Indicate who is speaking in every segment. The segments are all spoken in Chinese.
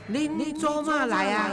Speaker 1: 恁做嘛来啊？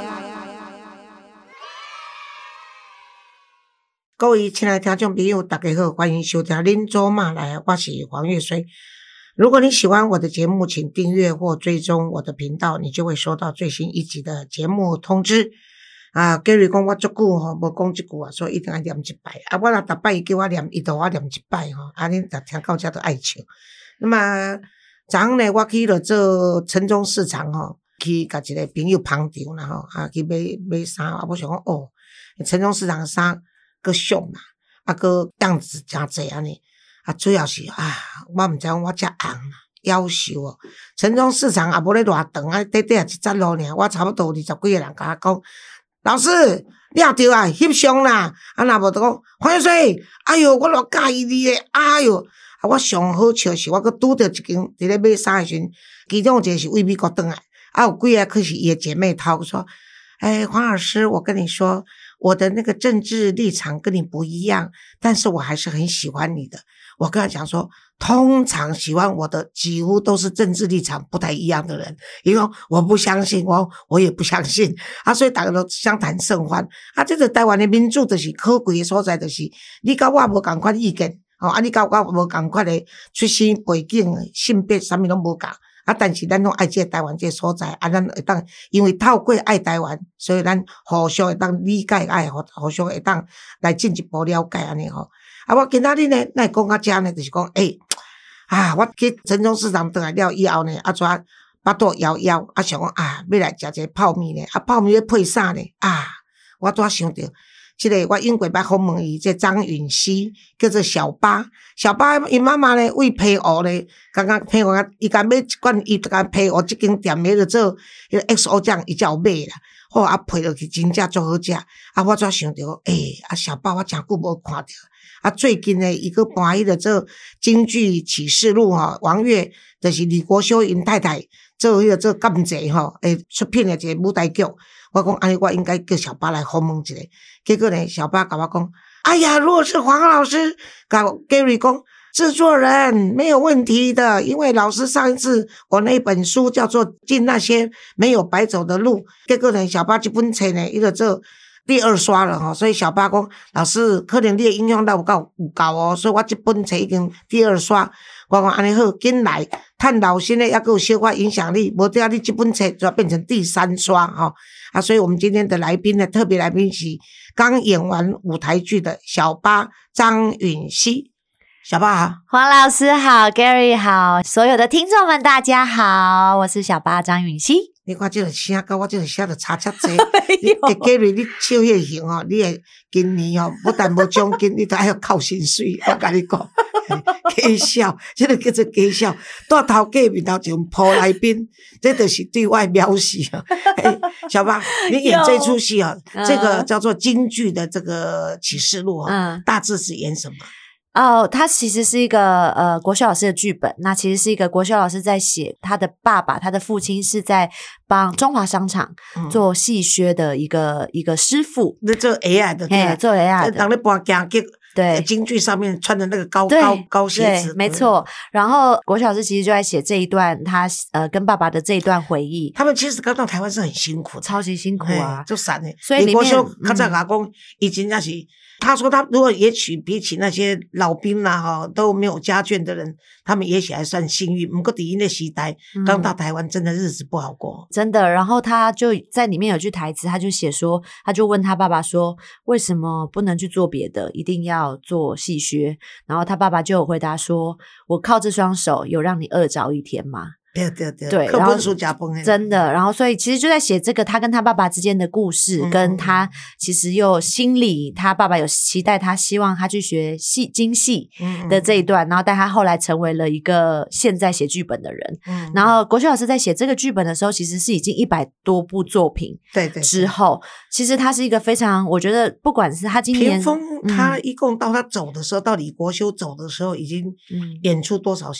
Speaker 1: 各位亲爱的听众朋友，大家好，欢迎收听恁做嘛来啊，我是黄月水。如果你喜欢我的节目，请订阅或追踪我的频道，你就会收到最新一集的节目通知。Gary 讲我足久吼，无讲这句啊，所以一定要念一摆。我若逐摆伊叫我念，伊就我念一摆吼。恁若听到这都爱笑。那么昨昏呢，我去了做城中市场吼，去甲一个朋友捧场啦吼，去买衫。我想讲哦，城中市场的衫佫俗嘛，佫样子诚侪安尼。主要是我毋知我遮红啦，夭寿哦。城中市场也无咧偌长短一节路尔，我差不多20几个人甲我讲。老师，你也对啊，翕相啦，若无就讲黄月水，哎哟，我偌介意你诶，哎哟，我上好笑是，我佫拄着一间伫咧买衫诶时阵，其中有一个是为美国转来，有几个可是伊诶姐妹淘说，黄老师，我跟你说，我的那个政治立场跟你不一样，但是我还是很喜欢你的。我跟他讲说，通常喜欢我的几乎都是政治立场不太一样的人，因为我不相信，我也不相信所以大家都相谈甚欢这个台湾的民主就是可贵的所在，就是你甲我无同款意见你甲我无同款的出身背景性别啥物拢无共但是咱拢爱这个台湾这个所在咱会当因为透过爱台湾，所以咱互相会当理解互相会当来进一步了解安尼吼我今仔日呢，哪会讲到这呢？就是讲，我去城中市场回来了以后呢，抓巴肚枵枵，想讲要来食一个泡面呢，泡面要配啥呢？我拄想到，这个我用过捌访问伊，这张允熙叫做小巴，伊妈妈呢为配偶呢，刚刚配偶伊甲买一罐，伊甲配偶这间店迄个做迄个 XO 酱，伊才有买啦。配落去真正足好食我怎想到小巴我诚久无看到最近呢伊佫搬迄个做京剧启示录王月就是李国修因太太做迄个做监制出品的一个舞台剧，我讲安尼我应该叫小巴来访问一下，结果呢小巴甲我讲如果是黄老师甲 Gary 讲制作人没有问题的，因为老师上一次我那本书叫做进那些没有白走的路，结果呢小巴这本册呢他就做第二刷了所以小巴讲老师可能你的影响力有够所以我这本册已经第二刷，我讲安尼好，紧来趁老师呢还有小可影响力，无等下你这本册就要变成第三刷所以我们今天的来宾呢，特别来宾是刚演完舞台剧的小巴张允熙。小巴好，
Speaker 2: 黄老师好 ，Gary 好，所有的听众们大家好，我是小巴张允熙。
Speaker 1: 你看这个声跟我这个声就差遮济Gary 你笑迄个型你会今年不但无奖金，你都还要扣薪水，我跟你讲假笑，这个叫做假笑，带头家面头就抱来宾，这就是对外藐视小巴，你演这出戏这个叫做京剧的这个启示录大致是演什么？
Speaker 2: 他其实是一个国修老师的剧本，那其实是一个国修老师在写他的爸爸，他的父亲是在帮中华商场做戏靴的一个师傅，
Speaker 1: 做 AI 的，
Speaker 2: 做 AI 的，
Speaker 1: 人咧搬京剧。对，京剧上面穿的那个高鞋子，
Speaker 2: 没错。然后国修老师其实就在写这一段他跟爸爸的这一段回忆。
Speaker 1: 他们其实刚到台湾是很辛苦的，
Speaker 2: 超级辛苦
Speaker 1: 就散的。
Speaker 2: 所以
Speaker 1: 国修较早甲讲，以前那是他说他如果也许比起那些老兵啦都没有家眷的人，他们也许还算幸运。不过第一那时代刚到台湾，真的日子不好过，
Speaker 2: 真的。然后他就在里面有句台词，他就写说，他就问他爸爸说，为什么不能去做别的，一定要做戏靴？然后他爸爸就有回答说，我靠这双手有让你饿着一天吗？
Speaker 1: 对，课本书加崩
Speaker 2: 真的。然后所以其实就在写这个他跟他爸爸之间的故事，跟他其实又心里他爸爸有期待他，希望他去学京戏的这一段，然后但他后来成为了一个现在写剧本的人。然后国修老师在写这个剧本的时候，其实是已经100多部作品之后，其实他是一个非常，我觉得不管是他今年
Speaker 1: 屏风他一共到他走的时候，到李国修走的时候，已经演出多少戏啊？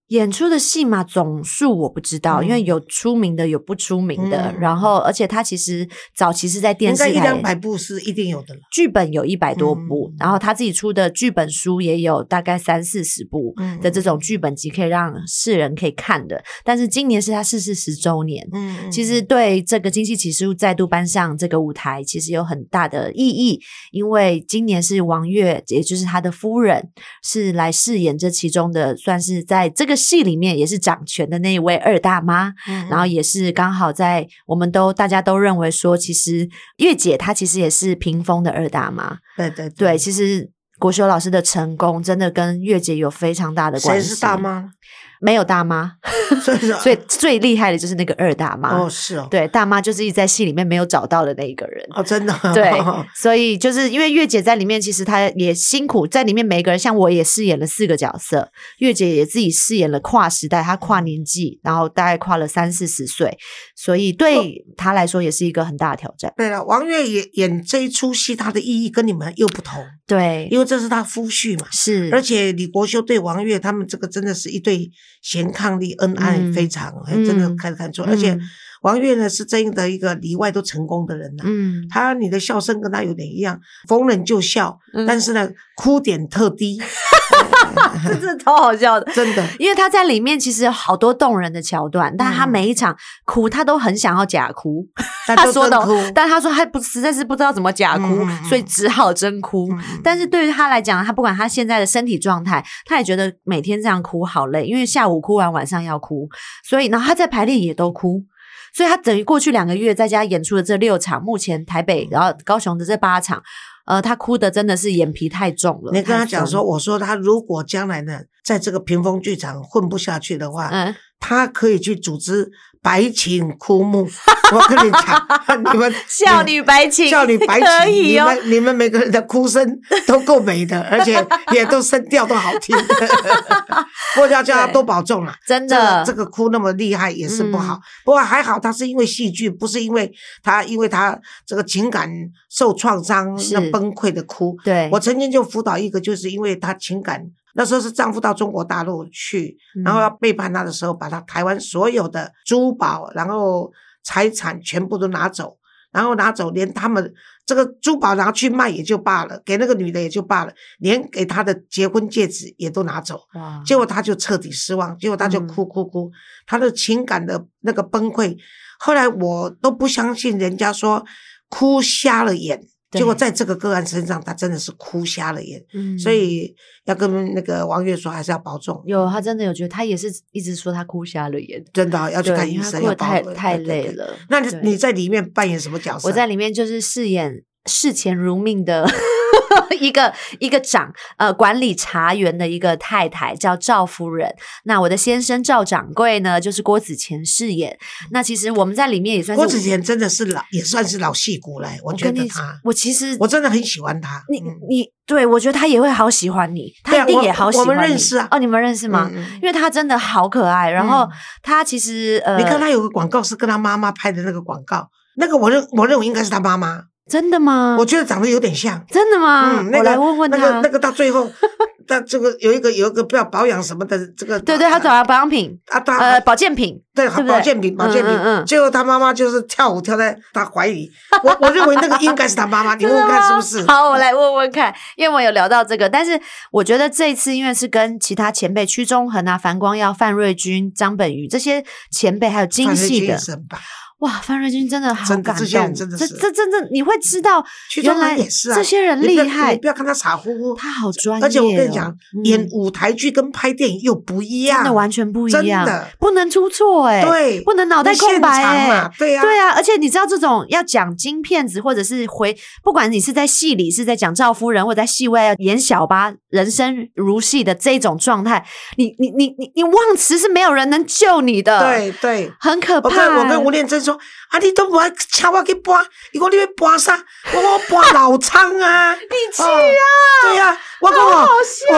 Speaker 2: 演出的戏码总数我不知道，因为有出名的有不出名的，然后而且他其实早期是在电视台，
Speaker 1: 应该100-200部是一定有的了，
Speaker 2: 剧本有100多部，然后他自己出的剧本书也有大概30-40部的这种剧本集可以让世人可以看的，但是今年是他逝世10周年，其实对这个京戏启示录再度搬上这个舞台其实有很大的意义，因为今年是王月也就是他的夫人是来饰演这其中的算是在这个戏里面也是掌权的那一位二大妈，然后也是刚好在我们大家都认为说其实月姐她其实也是屏风的二大妈，对，其实国修老师的成功真的跟月姐有非常大的关系。
Speaker 1: 谁是大妈？
Speaker 2: 没有大妈所以最厉害的就是那个二大妈。
Speaker 1: 哦，是哦，
Speaker 2: 对，大妈就是一直在戏里面没有找到的那一个人。
Speaker 1: 哦，真的。
Speaker 2: 对，所以就是因为月姐在里面其实她也辛苦，在里面每一个人，像我也饰演了4个角色，月姐也自己饰演了跨时代，她跨年纪，然后大概跨了30-40岁，所以对她来说也是一个很大的挑战。
Speaker 1: 对了，王月演这一出戏，她的意义跟你们又不同。
Speaker 2: 对，
Speaker 1: 因为这是她夫婿嘛，
Speaker 2: 是，
Speaker 1: 而且李国修对王月他们这个真的是一对贤伉俪，恩爱非常，真的看出，而且王月呢是真的一个里外都成功的人呐，你的笑声跟他有点一样，逢人就笑，但是呢哭点特低。
Speaker 2: 这真的超好笑的，
Speaker 1: 真的，
Speaker 2: 因为他在里面其实有好多动人的桥段，但他每一场哭他都很想要假哭，他说的，但他说他实在是不知道怎么假哭，所以只好真哭。但是对于他来讲，他不管他现在的身体状态，他也觉得每天这样哭好累，因为下午哭完晚上要哭，所以然后他在排练也都哭。所以他等于过去2个月在家演出的这6场，目前台北然后高雄的这8场，他哭的真的是眼皮太重了。
Speaker 1: 你跟他讲说，我说他如果将来呢在这个屏风剧场混不下去的话，他可以去组织白琴枯木。我跟你讲，你们
Speaker 2: 少女白琴，
Speaker 1: 少女白琴
Speaker 2: 可以哦，
Speaker 1: 你们每个人的哭声都够美的，而且也都声调都好听。我要叫他多保重啦，
Speaker 2: 真的，
Speaker 1: 这个哭那么厉害也是不好。不过还好，他是因为戏剧，不是因为他这个情感受创伤那崩溃的哭。
Speaker 2: 对，
Speaker 1: 我曾经就辅导一个，就是因为他情感。那时候是丈夫到中国大陆去，然后要背叛他的时候，把他台湾所有的珠宝，然后财产全部都拿走，然后拿走连他们这个珠宝拿去卖也就罢了，给那个女的也就罢了，连给他的结婚戒指也都拿走。结果他就彻底失望，结果他就哭，他的情感的那个崩溃。后来我都不相信人家说哭瞎了眼。结果在这个个案身上，他真的是哭瞎了眼，所以要跟那个王月说，还是要保重。
Speaker 2: 有，他真的有觉得，他也是一直说他哭瞎了眼，
Speaker 1: 真的要去看医生，
Speaker 2: 要太累了。
Speaker 1: 那你在里面扮演什么角色？
Speaker 2: 我在里面就是饰演视钱如命的一个管理茶园的一个太太，叫赵夫人。那我的先生赵掌柜呢，就是郭子乾饰演。那其实我们在里面也算是
Speaker 1: 郭子乾真的是也算是老戏骨了。我觉得
Speaker 2: 我
Speaker 1: 真的很喜欢他。
Speaker 2: 你对，我觉得他也会好喜欢你，他一定也好喜欢你。
Speaker 1: 我们认识啊。
Speaker 2: 哦，你们认识吗？因为他真的好可爱。然后他其实
Speaker 1: 你看他有个广告是跟他妈妈拍的那个广告，那个我认为应该是他妈妈。
Speaker 2: 真的吗？
Speaker 1: 我觉得长得有点像。
Speaker 2: 真的吗？我来问问他。
Speaker 1: 那个到最后，他这个有一个不要保养什么的，这个
Speaker 2: 对，他找保养品保健品，
Speaker 1: 对，保健品。最后他妈妈就是跳舞跳在他怀里，我认为那个应该是他妈妈，你问问看是不是？
Speaker 2: 好，我来问问看，因为我有聊到这个，但是我觉得这一次因为是跟其他前辈屈中恒啊、樊光耀、范瑞君、张本宇这些前辈，还有京戏的。哇，范瑞君真的好感动，这真的你会知道，原来这些人厉害。
Speaker 1: 你不要看他傻乎乎，
Speaker 2: 他好专业。
Speaker 1: 而且我跟你讲，演舞台剧跟拍电影又不一样，
Speaker 2: 真的完全不一样，
Speaker 1: 真的
Speaker 2: 不能出错
Speaker 1: 对，
Speaker 2: 不能脑袋空白
Speaker 1: 对啊，
Speaker 2: 而且你知道这种要讲京片子，或者是不管你是在戏里是在讲赵夫人，或者在戏外要演小八，人生如戏的这种状态，你忘词是没有人能救你的，
Speaker 1: 对，
Speaker 2: 很可怕。
Speaker 1: 我跟吴念真说啊，你都不爱请我去搬，你讲你要搬啥？我搬老仓啊，
Speaker 2: 你去啊？
Speaker 1: 对啊，我讲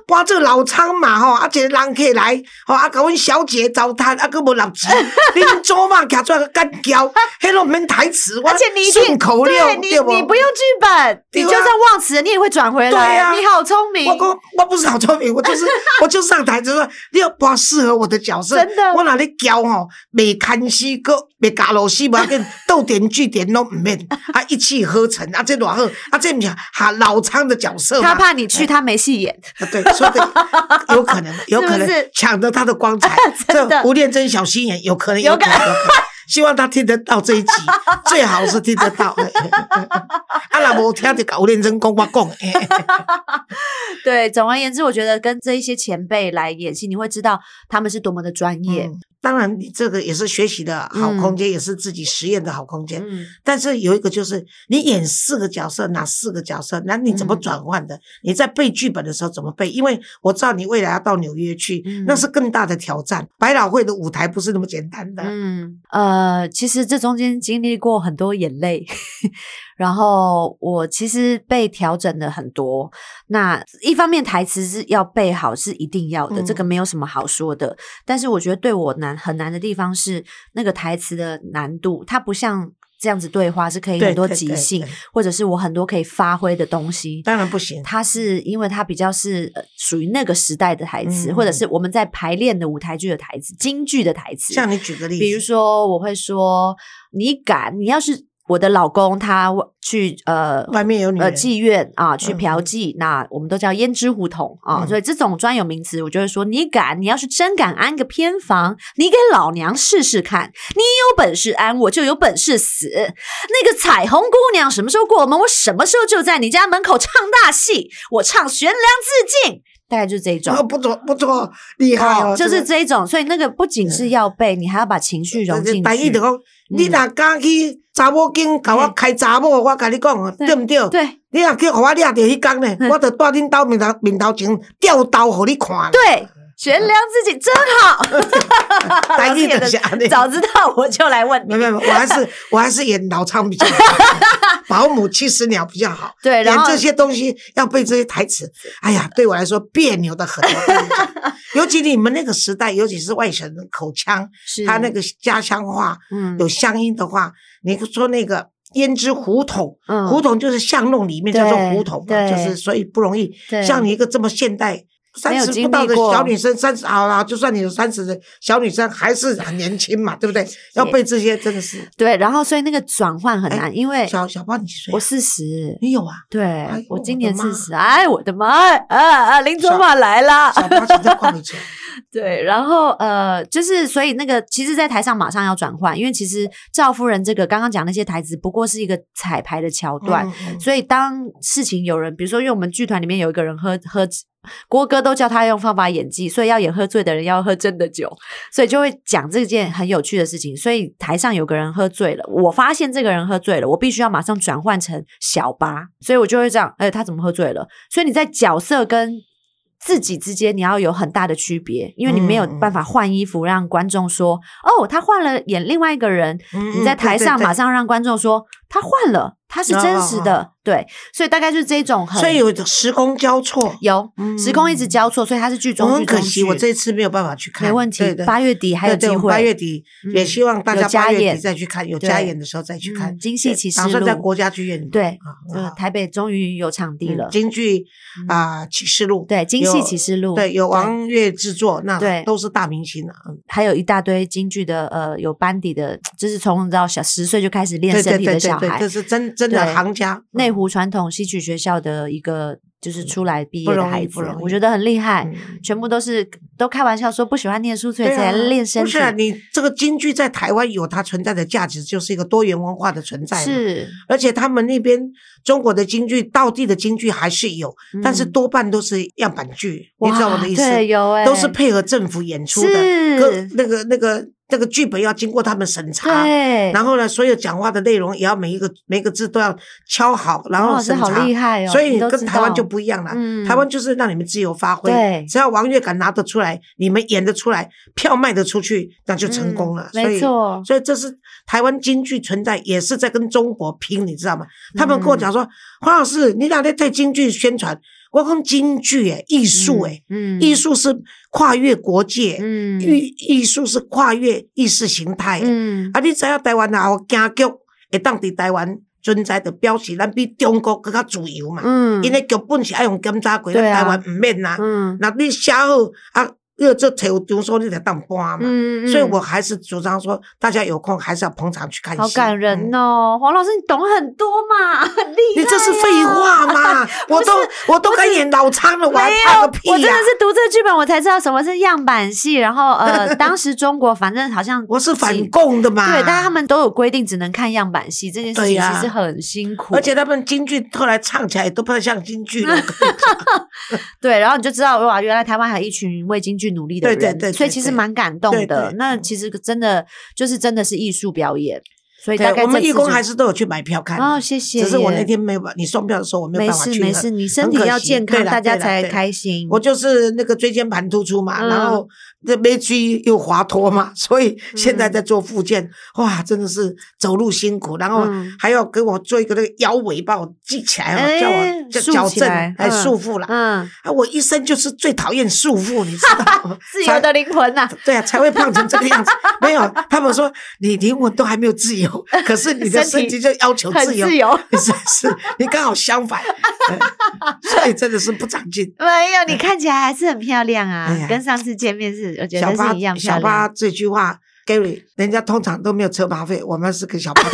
Speaker 1: 搬这老仓嘛吼，啊一个人客来，吼啊甲阮小姐糟蹋，啊佫无立钱，恁祖嘛徛出来干叫，迄都免台词，
Speaker 2: 而且你
Speaker 1: 顺口溜，
Speaker 2: 对你不用剧本，你就算忘词，你也会转回来。
Speaker 1: 对啊，
Speaker 2: 你好聪明。
Speaker 1: 我不是好聪明，我就是上台就说你要搬适合我的角色，
Speaker 2: 真的。
Speaker 1: 我哪里教吼，袂看戏个，袂加落戏，无要紧，逗点句点都唔免，啊一气呵成，啊这偌好，啊这不是哈老仓的角色嘛。
Speaker 2: 他怕你去，他没戏演。
Speaker 1: 对，说的有可能，有可能抢得他的光彩。
Speaker 2: 真的，
Speaker 1: 吴念真小心眼，有可能，有可能。希望他听得到这一集，最好是听得到。啊，若无听就甲吴念真讲我讲。
Speaker 2: 对，总而言之，我觉得跟这一些前辈来演戏，你会知道他们是多么的专业。
Speaker 1: 当然，你这个也是学习的好空间，也是自己实验的好空间。但是有一个就是，你演4个角色，哪4个角色？那你怎么转换的？你在背剧本的时候怎么背？因为我知道你未来要到纽约去，那是更大的挑战。百老汇的舞台不是那么简单的。
Speaker 2: 其实这中间经历过很多眼泪。然后我其实被调整了很多，那一方面台词是要背好是一定要的，这个没有什么好说的，但是我觉得对我很难的地方是那个台词的难度，它不像这样子对话是可以很多即兴，或者是我很多可以发挥的东西，
Speaker 1: 当然不行。
Speaker 2: 它是因为它比较是属于那个时代的台词，或者是我们在排练的舞台剧的台词，京剧的台词。
Speaker 1: 像你举个例子，
Speaker 2: 比如说我会说，你要是我的老公他去
Speaker 1: 外面有女人
Speaker 2: 妓院啊，去嫖妓，那我们都叫胭脂胡同啊，所以这种专有名词，我就会说你要是真敢安个偏房，你给老娘试试看，你有本事安，我就有本事死。那个彩虹姑娘什么时候过门，我什么时候就在你家门口唱大戏，我唱悬梁自尽。大概就是这一种。
Speaker 1: 不错，厉害哦，
Speaker 2: 就是这一种。所以那个不仅是要背，你还要把情绪融进去。
Speaker 1: 台语就讲，你若敢去查某间甲我开查某，我甲你讲，对不对？
Speaker 2: 对。
Speaker 1: 你若叫我抓到迄天呢，我就带恁兜面头前吊刀给你看。
Speaker 2: 对。悬梁自尽真好，
Speaker 1: 台语就是安尼。
Speaker 2: 早知道我就来问你。
Speaker 1: 没，我还是演老仓比较好，保姆70鸟比较好。
Speaker 2: 对，
Speaker 1: 演这些东西要背这些台词，哎呀，对我来说别扭的很。尤其你们那个时代，尤其是外省人口腔，他那个家乡话，有乡音的话，你说那个。胭脂胡同，胡同就是巷弄里面叫做胡同嘛，就是所以不容易。像你一个这么现代30不到的小女生，30好啦，就算你有30的小女生，还是很年轻嘛，对不对？要背这些真的是
Speaker 2: 对，然后所以那个转换很难，因为
Speaker 1: 小包你几岁？
Speaker 2: 我40，
Speaker 1: 你有啊？
Speaker 2: 对，我今年40，哎，我的妈啊！林卓玛来了，
Speaker 1: 小包现在快回去。
Speaker 2: 对，然后就是所以那个其实在台上马上要转换，因为其实赵夫人这个刚刚讲那些台词不过是一个彩排的桥段，所以当事情有人比如说因为我们剧团里面有一个人喝郭哥都叫他用方法演技，所以要演喝醉的人要喝真的酒，所以就会讲这件很有趣的事情，所以台上有个人喝醉了，我发现这个人喝醉了，我必须要马上转换成小八，所以我就会这样他怎么喝醉了，所以你在角色跟自己之间你要有很大的区别，因为你没有办法换衣服让观众说他换了演另外一个人，你在台上马上让观众说他换了，他是真实的，对，所以大概就是这种
Speaker 1: 所以有时空交错，
Speaker 2: 有时空一直交错，所以它是剧中剧。
Speaker 1: 很可惜，我这次没有办法去看。
Speaker 2: 没问题，8月底还有机会。
Speaker 1: 8月底也希望大家8月底再去看，有加演的时候再去看
Speaker 2: 《京戏启示录》，
Speaker 1: 打算在国家剧院。
Speaker 2: 对，台北终于有场地了。
Speaker 1: 京剧启示录，
Speaker 2: 对，京戏启示录，
Speaker 1: 对，有王岳制作，那都是大明星了。
Speaker 2: 还有一大堆京剧的有班底的，就是从到10岁就开始练身体的小孩，
Speaker 1: 这是真的行家。
Speaker 2: 内湖传统戏曲学校的一个就是出来毕业的孩子，我觉得很厉害，全部都开玩笑说不喜欢念书，所以才练身体。
Speaker 1: 不是你这个京剧在台湾有它存在的价值，就是一个多元文化的存在。
Speaker 2: 是，
Speaker 1: 而且他们那边中国的京剧，道地的京剧还是有，但是多半都是样板剧，你知道我的意思？
Speaker 2: 对，有
Speaker 1: 都是配合政府演出的，那个剧本要经过他们审查，
Speaker 2: 对，
Speaker 1: 然后呢，所有讲话的内容也要每一个字都要敲好，然后审查，
Speaker 2: 好厉害哦！
Speaker 1: 所以跟台湾就不一样了。台湾就是让你们自由发挥，
Speaker 2: 对，
Speaker 1: 只要王岳敢拿得出来，你们演得出来，票卖得出去，那就成功了。
Speaker 2: 没错，
Speaker 1: 所以这是台湾京剧存在，也是在跟中国拼，你知道吗？他们跟我讲说，黄老师，你哪在对京剧宣传？ 我讲京剧艺术艺术是跨越国界，艺术是跨越意识形态啊，你知影台湾也有京剧会当伫台湾存在，就表示咱比中国更加自由嘛，因为剧本是爱用检查过，咱台湾毋免啦，那你写好啊。因为这才有场所你才当搬嘛，所以我还是主张说，大家有空还是要捧场去看戏。
Speaker 2: 好感人哦，黄老师，你懂很多嘛，很厉害。
Speaker 1: 你这是废话嘛？我都该演老苍了，我还怕个屁呀！
Speaker 2: 我真的是读这个剧本，我才知道什么是样板戏。然后当时中国反正好像
Speaker 1: 我是反共的嘛，
Speaker 2: 对，但是他们都有规定只能看样板戏，这件事情其实很辛苦。
Speaker 1: 而且他们京剧后来唱起来都不太像京剧了。
Speaker 2: 对，然后你就知道哇，原来台湾还有一群为京剧努力的人，
Speaker 1: 对，
Speaker 2: 所以其实蛮感动的。那其实真的是艺术表演，所以大概
Speaker 1: 我们义工还是都有去买票看。
Speaker 2: 哦，谢谢。
Speaker 1: 只是我那天没有你送票的时候我没有办法去。
Speaker 2: 没事，你身体要健康，大家才开心。
Speaker 1: 我就是那个椎间盘突出嘛，然后这背椎又滑脱嘛，所以现在在做复健。哇，真的是走路辛苦，然后还要给我做一个那个腰围把我系起来，叫我矫正来束缚了。我一生就是最讨厌束缚，你知道吗？
Speaker 2: 自由的灵魂呐，
Speaker 1: 对啊，才会胖成这个样子。没有，他们说你灵魂都还没有自由，可是你的身体就要求自由，是你刚好相反，所以真的是不长进。
Speaker 2: 没有，你看起来还是很漂亮啊，跟上次见面是我觉得是一样漂亮。
Speaker 1: 小八这句话 ，Gary， 人家通常都没有车马费，我们是跟小八。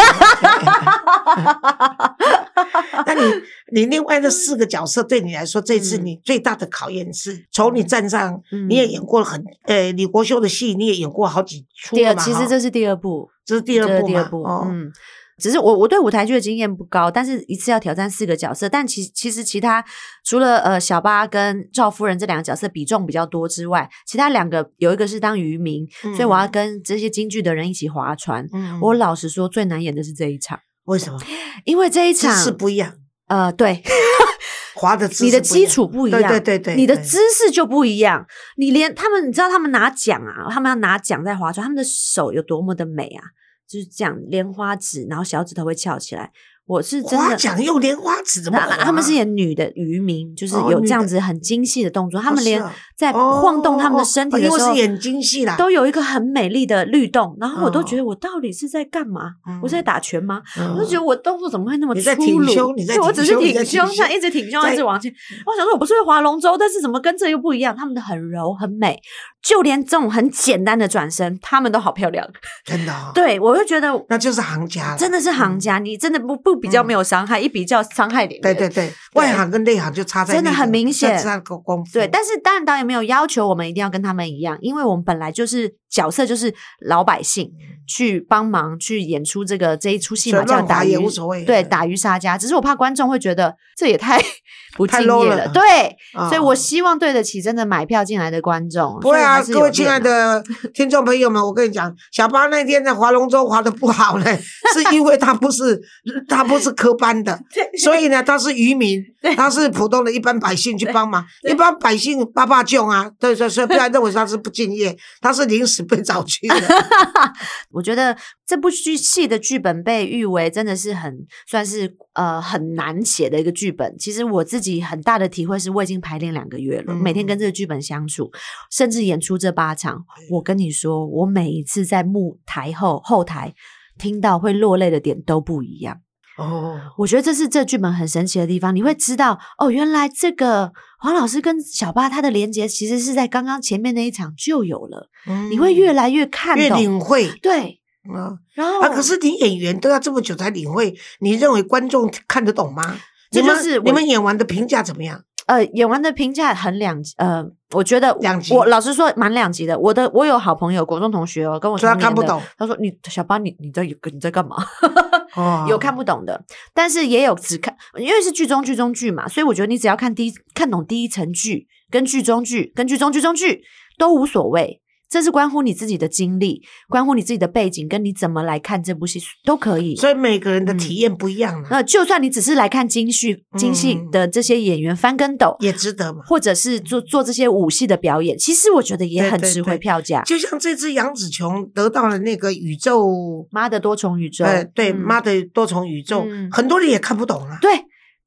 Speaker 1: 那你另外的4个角色对你来说，这次你最大的考验是从你站上，你也演过李国修的戏，你也演过好几出了嘛？
Speaker 2: 其实这是第2部，
Speaker 1: 这是第二部
Speaker 2: 只是我对舞台剧的经验不高，但是一次要挑战4个角色，但其实其他除了小八跟赵夫人这2个角色比重比较多之外，其他2个有一个是当渔民，所以我要跟这些京剧的人一起划船。我老实说，最难演的是这一场。
Speaker 1: 为什么？
Speaker 2: 因为这一场
Speaker 1: 姿势不一样。
Speaker 2: 对。
Speaker 1: 滑的姿势，
Speaker 2: 你的基础不一样，
Speaker 1: 对，
Speaker 2: 你的姿势就不一样。你知道他们拿奖啊，他们要拿奖在划船，他们的手有多么的美啊，就是这样莲花指，然后小指头会翘起来。我是真的
Speaker 1: 划桨用莲花指怎么？
Speaker 2: 他们是演女的渔民，就是有这样子很精细的动作。他们连在晃动他们的身体的时候，
Speaker 1: 因为是演精细啦，
Speaker 2: 都有一个很美丽的律动。然后我都觉得我到底是在干嘛？我是在打拳吗？我就觉得我动作怎么会那么粗鲁？
Speaker 1: 你在挺胸，
Speaker 2: 我只是挺胸，像一直挺胸，一直往前。我想说，我不是会划龙舟，但是怎么跟这又不一样？他们的很柔很美，就连这种很简单的转身，他们都好漂亮。
Speaker 1: 真的哦。
Speaker 2: 对，我就觉得
Speaker 1: 那就是行家了，
Speaker 2: 真的是行家。你真的不比较没有伤害，一比较伤害连连。
Speaker 1: 对，外行跟内行就差在
Speaker 2: 真的很明显，
Speaker 1: 那个功夫。
Speaker 2: 对，但是当然导演没有要求我们一定要跟他们一样，因为我们本来就是角色，就是老百姓去帮忙去演出这一出戏嘛，叫打鱼，对，打鱼杀家。只是我怕观众会觉得这也太不敬业了，对，所以我希望对得起真的买票进来的观众。
Speaker 1: 不会啊，各位亲爱的听众朋友们，我跟你讲，小八那天在划龙舟划得不好呢，是因为他不是科班的，所以呢，他是渔民，他是普通的一般百姓去帮忙，一般百姓爸救啊，对，所以不要认为他是不敬业，他是临时被找去的。
Speaker 2: 我觉得这部戏的剧本被誉为真的是算是很难写的一个剧本。其实我自己很大的体会是，我已经排练2个月了，每天跟这个剧本相处，甚至演出这8场。我跟你说，我每一次在台后台听到会落泪的点都不一样。我觉得这是这剧本很神奇的地方，你会知道原来这个黄老师跟小八他的连结其实是在刚刚前面那一场就有了，你会越来越看懂，
Speaker 1: 越领会，
Speaker 2: 对。然后
Speaker 1: 可是你演员都要这么久才领会，你认为观众看得懂吗？
Speaker 2: 这就是
Speaker 1: 你们演完的评价怎么样？
Speaker 2: 演完的评价很我觉得我老实说蛮2极的。我有好朋友国中同学跟我说他
Speaker 1: 看不懂，
Speaker 2: 他说小八你在干嘛？有看不懂的，但是也有只看，因为是剧中剧嘛，所以我觉得你只要看懂第一层剧跟剧中剧都无所谓。这是关乎你自己的经历，关乎你自己的背景，跟你怎么来看这部戏都可以。
Speaker 1: 所以每个人的体验不一样
Speaker 2: 那就算你只是来看京戏的这些演员翻跟斗，
Speaker 1: 也值得嘛。或
Speaker 2: 者是做这些武戏的表演，其实我觉得也很值回票价。
Speaker 1: 就像这次杨紫琼得到了那个宇宙
Speaker 2: 妈的多重宇宙，
Speaker 1: 对，妈的多重宇宙，很多人也看不懂啊。
Speaker 2: 对。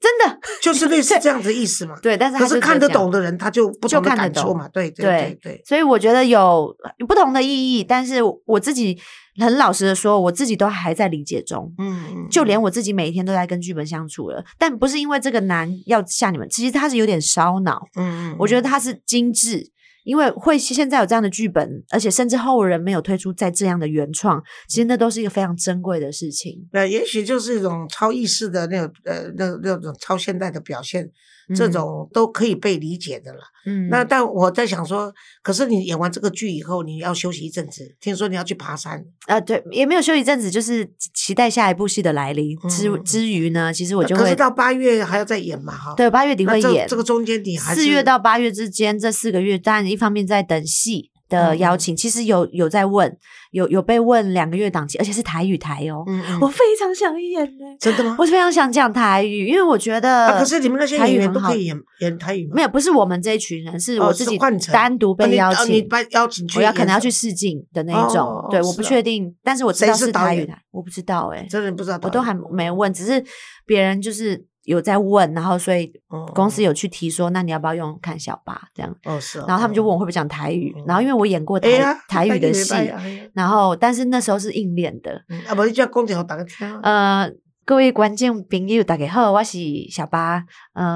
Speaker 2: 真的
Speaker 1: 就是类似这样子的意思嘛。
Speaker 2: 对，但是
Speaker 1: 可是看得懂的人他就不同的感触嘛。对对对对，
Speaker 2: 所以我觉得有不同的意义，但是我自己很老实的说，我自己都还在理解中。就连我自己每一天都在跟剧本相处了，但不是因为这个难要吓你们，其实它是有点烧脑。我觉得它是精致。因为会现在有这样的剧本，而且甚至后人没有推出再这样的原创，其实那都是一个非常珍贵的事情。
Speaker 1: 也许就是一种超意识的那种超现代的表现，这种都可以被理解的了。那但我在想说，可是你演完这个剧以后，你要休息一阵子，听说你要去爬山。
Speaker 2: 对，也没有休息一阵子，就是期待下一部戏的来临。之余呢，其实我就会，
Speaker 1: 可是到8月还要再演嘛，哈。
Speaker 2: 对，8月底会演。
Speaker 1: 这个中间你还是
Speaker 2: 4月到8月之间这4个月，当然一方面在等戏的邀请，其实有在问，有被问2个月档期，而且是台语台哦。我非常想演
Speaker 1: 真的吗？
Speaker 2: 我非常想讲台语，因为我觉得
Speaker 1: 可是你们那些演员都可以演台语吗？
Speaker 2: 没有，不是我们这一群人，是我自己单独被邀请。
Speaker 1: 你邀请去，
Speaker 2: 我可能要去试镜的那一种。对，我不确定，但是我知道是台语台，我不知道
Speaker 1: 真的不知道，
Speaker 2: 我都还没问，只是别人就是有在问，然后所以公司有去提说，那你要不要用看小八这样？
Speaker 1: 是。
Speaker 2: 然后他们就问我会不会讲台语，然后因为我演过台语的戏，然后但是那时候是硬练的。
Speaker 1: 不，你就要讲一下给大家听。
Speaker 2: 各位观众朋友大家好，我是小八。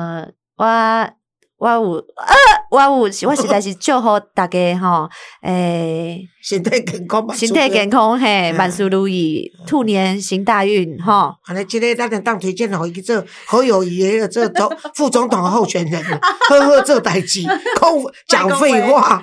Speaker 2: 我实在是祝福大家吼，
Speaker 1: 身体健康，
Speaker 2: 身体健康嘿，万事如意，兔年行大运吼。
Speaker 1: 安尼，这个咱就当推荐给伊做侯友宜的这副总统候选人，好好做代志，讲废话。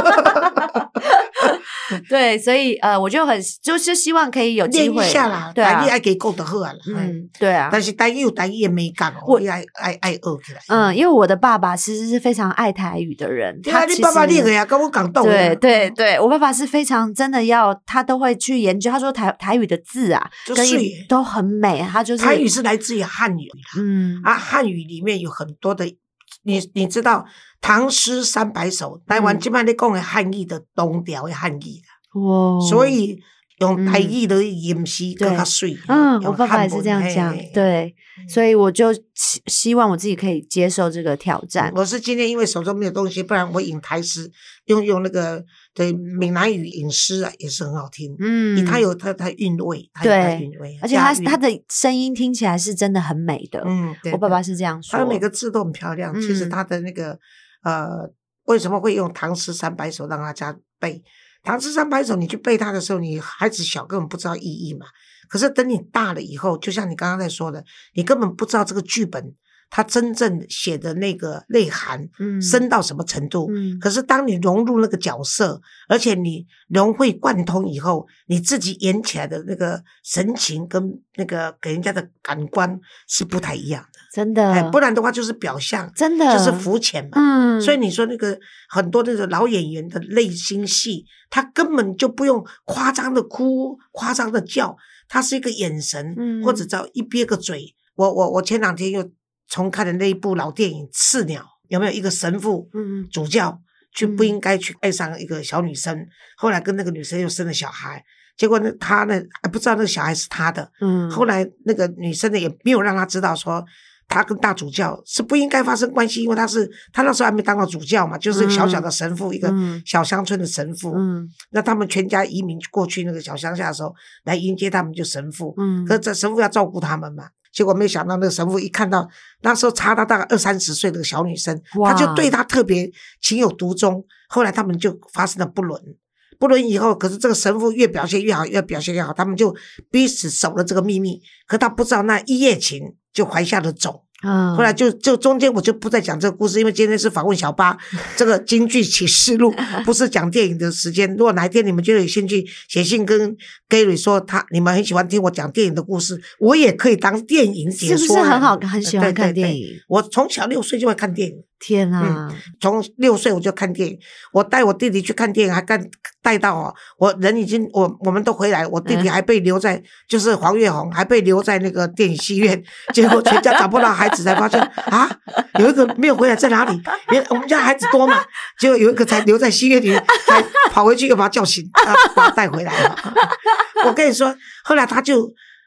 Speaker 2: 对，所以我就希望可以有机会
Speaker 1: 练一下啦，
Speaker 2: 对啊，
Speaker 1: 台语爱给讲就好啊啦。
Speaker 2: 对啊。
Speaker 1: 但是台语有台语的美感，我爱学起来。
Speaker 2: 因为我的爸爸其实是非常爱台语的人。
Speaker 1: 你爸爸练的呀，跟我讲懂。
Speaker 2: 对，我爸爸是非常真的他都会去研究。他说台语的字啊，都很美。他就是
Speaker 1: 台语是来自于汉语啦。汉语里面有很多的，你知道唐诗300首，台湾基本上在讲的汉语的东调的汉语啦。所以用台语的吟诗更加水。
Speaker 2: 我爸爸也是这样讲。对，所以我就希望我自己可以接受这个挑战。
Speaker 1: 我是今天因为手中没有东西，不然我吟台诗，用那个对闽南语吟诗啊，也是很好听。它有它韵味，
Speaker 2: 对，而且它的声音听起来是真的很美的。我爸爸是这样说，
Speaker 1: 他的每个字都很漂亮。其实他的那个为什么会用唐诗300首让大家背？唐诗300首，你去背它的时候，你孩子小根本不知道意义嘛。可是等你大了以后，就像你刚刚在说的，你根本不知道这个剧本它真正写的那个内涵深到什么程度。可是当你融入那个角色，而且你融会贯通以后，你自己演起来的那个神情跟那个给人家的感官是不太一样的。
Speaker 2: 真的。
Speaker 1: 不然的话就是表象，
Speaker 2: 真的
Speaker 1: 就是肤浅嘛。所以你说那个很多那个老演员的内心戏，他根本就不用夸张的哭，夸张的叫，他是一个眼神，或者叫一憋个嘴。我前2天又重看的那一部老电影《刺鸟》，有没有一个神父主教不应该去爱上一个小女生，后来跟那个女生又生了小孩，结果呢他呢还不知道那个小孩是他的。后来那个女生呢也没有让他知道说他跟大主教是不应该发生关系，因为他那时候还没当到主教嘛，就是小小的神父，一个小乡村的神父。那他们全家移民过去那个小乡下的时候，来迎接他们就神父。可是这神父要照顾他们嘛，结果没想到那个神父一看到那时候差他大概20-30岁的小女生，他就对他特别情有独钟。后来他们就发生了不伦以后，可是这个神父越表现越好，越表现越好，他们就彼此守了这个秘密。可他不知道那一夜情就怀下了种。后来就中间我就不再讲这个故事，因为今天是访问小八这个京剧启示录，不是讲电影的时间。如果哪一天你们就有兴趣写信跟 Gary 说你们很喜欢听我讲电影的故事，我也可以当电影解说。
Speaker 2: 是不是很喜欢看电影？
Speaker 1: 我从小6岁就会看电影。
Speaker 2: 天啊！
Speaker 1: 从6岁我就看电影，我带我弟弟去看电影，还带到我人已经我们都回来，我弟弟还被留在就是黄岳宏还被留在那个电影戏院，结果全家找不到孩子，才发现有一个没有回来在哪里？我们家孩子多嘛，结果有一个才留在戏院里，才跑回去又把他叫醒，把他带回来了。我跟你说，后来他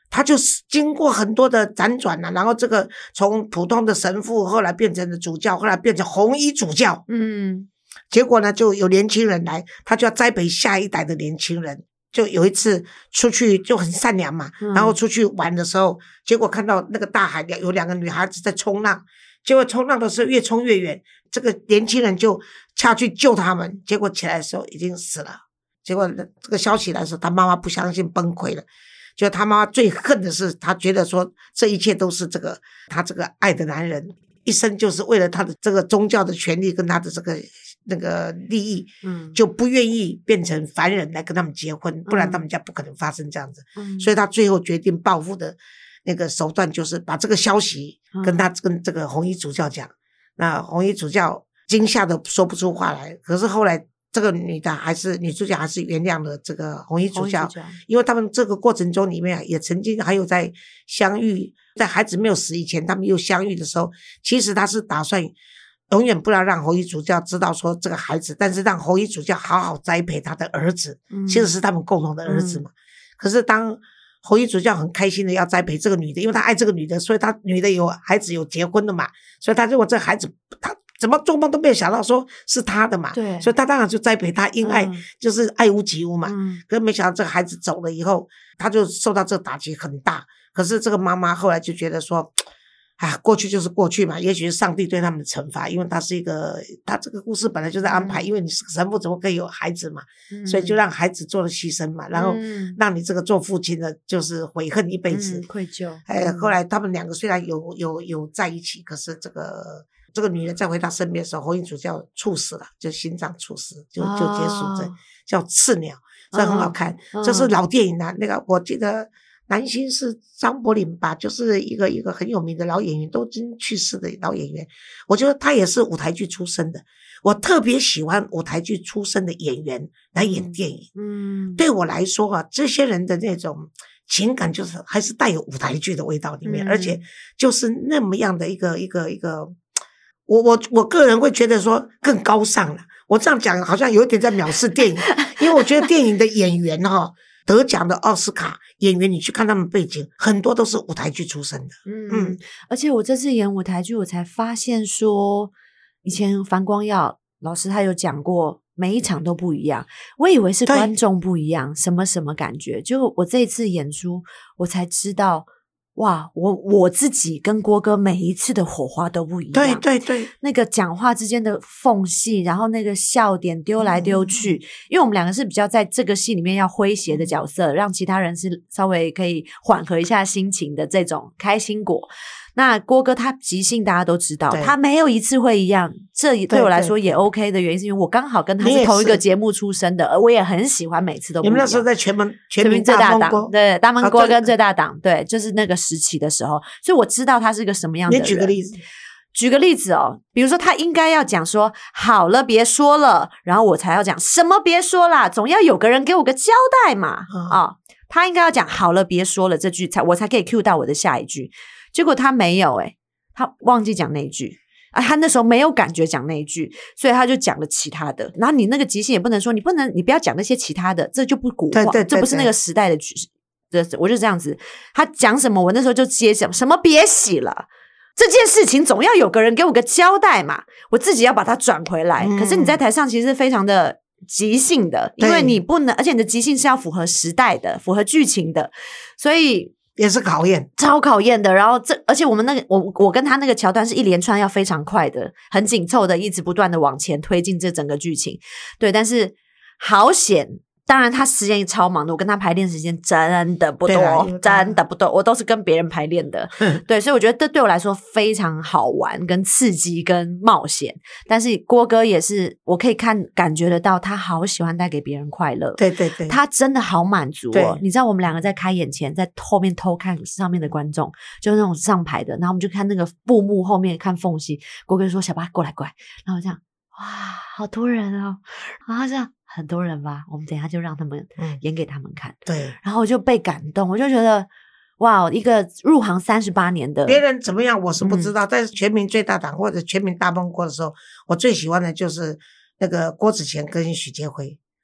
Speaker 1: 他就是经过很多的辗转然后这个从普通的神父后来变成了主教，后来变成红衣主教。结果呢就有年轻人来，他就要栽培下一代的年轻人。就有一次出去就很善良嘛，然后出去玩的时候，结果看到那个大海有2个女孩子在冲浪，结果冲浪的时候越冲越远，这个年轻人就下去救他们，结果起来的时候已经死了。结果这个消息来的时候，他妈妈不相信，崩溃了。就他妈妈最恨的是，他觉得说这一切都是他这个爱的男人一生就是为了他的这个宗教的权利跟他的这个那个利益，就不愿意变成凡人来跟他们结婚，不然他们家不可能发生这样子。所以他最后决定报复的那个手段就是把这个消息跟这个红衣主教讲。那红衣主教惊吓的说不出话来，可是后来这个女主角还是原谅了这个红衣主教，因为他们这个过程中里面也曾经还有在相遇，在孩子没有死以前他们又相遇的时候，其实他是打算永远不要让红衣主教知道说这个孩子，但是让红衣主教好好栽培他的儿子，其实是他们共同的儿子嘛。可是当红衣主教很开心的要栽培这个女的，因为他爱这个女的，所以他女的有孩子有结婚了嘛，所以他如果这孩子他怎么做梦都没有想到说是他的嘛，对，所以他当然就栽培他，因爱就是爱屋及乌嘛。可是没想到这个孩子走了以后，他就受到这个打击很大。可是这个妈妈后来就觉得说过去就是过去嘛，也许是上帝对他们的惩罚，因为他这个故事本来就是安排，因为你是神父怎么可以有孩子嘛，所以就让孩子做了牺牲嘛，然后让你这个做父亲的就是悔恨一辈子，
Speaker 2: 愧疚。
Speaker 1: 后来他们2个虽然有在一起，可是这个女人再回他身边的时候，红衣主教猝死了，就心脏猝死，就结束这叫刺鸟，这很好看，这是老电影啊。那个我记得男星是张柏霖吧，就是一个很有名的老演员，都已经去世的老演员。我觉得他也是舞台剧出身的，我特别喜欢舞台剧出身的演员来演电影。对我来说这些人的那种情感就是还是带有舞台剧的味道里面，而且就是那么样的一个我个人会觉得说更高尚了。我这样讲好像有一点在藐视电影，因为我觉得电影的演员得奖的奥斯卡演员，你去看他们背景，很多都是舞台剧出身的。
Speaker 2: 而且我这次演舞台剧，我才发现说，以前樊光耀老师他有讲过，每一场都不一样。我以为是观众不一样，什么什么感觉，就我这一次演出，我才知道。哇，我自己跟郭哥每一次的火花都不一样，
Speaker 1: 对，
Speaker 2: 那个讲话之间的缝隙，然后那个笑点丢来丢去，因为我们2个是比较在这个戏里面要诙谐的角色，让其他人是稍微可以缓和一下心情的这种开心果。那郭哥他即兴大家都知道，他没有一次会一样，这对我来说也 OK 的原因是因为我刚好跟他是同一个节目出身的，而我也很喜欢每次都不一样。
Speaker 1: 你们那时候在全民
Speaker 2: 最大党，对，大闷锅跟最大党，对，就是那个时期的时候，所以我知道他是个什么样的人。
Speaker 1: 你举个例子。
Speaker 2: 举个例子比如说他应该要讲说好了别说了，然后我才要讲什么别说啦，总要有个人给我个交代嘛。他应该要讲好了别说了这句我才可以 cue 到我的下一句，结果他没有他忘记讲那一句他那时候没有感觉讲那一句，所以他就讲了其他的。然后你那个即兴也不能说你不要讲那些其他的，这就不古话，这不是那个时代的我就这样子，他讲什么我那时候就接什么别洗了，这件事情总要有个人给我个交代嘛，我自己要把它转回来。可是你在台上其实是非常的即兴的，因为你不能，而且你的即兴是要符合时代的，符合剧情的，所以
Speaker 1: 也是考验，
Speaker 2: 超考验的。然后而且我们我跟他那个桥段是一连串要非常快的，很紧凑的，一直不断的往前推进这整个剧情。对，但是好险。当然他时间也超忙的，我跟他排练时间真的不多，真的不多，我都是跟别人排练的。对，所以我觉得这对我来说非常好玩跟刺激跟冒险。但是郭哥也是我可以感觉得到他好喜欢带给别人快乐，
Speaker 1: 对，
Speaker 2: 他真的好满足你知道我们2个在开演前在后面偷看上面的观众，就是那种上排的，然后我们就看那个布幕后面看缝隙，郭哥就说小巴过来，然后这样哇好多人然后这样很多人吧，我们等一下就让他们演给他们看。
Speaker 1: 对，
Speaker 2: 然后我就被感动，我就觉得哇，一个入行38年的
Speaker 1: 别人怎么样我是不知道，但是全民最大党或者全民大闷锅的时候，我最喜欢的就是那个郭子乾跟许杰辉。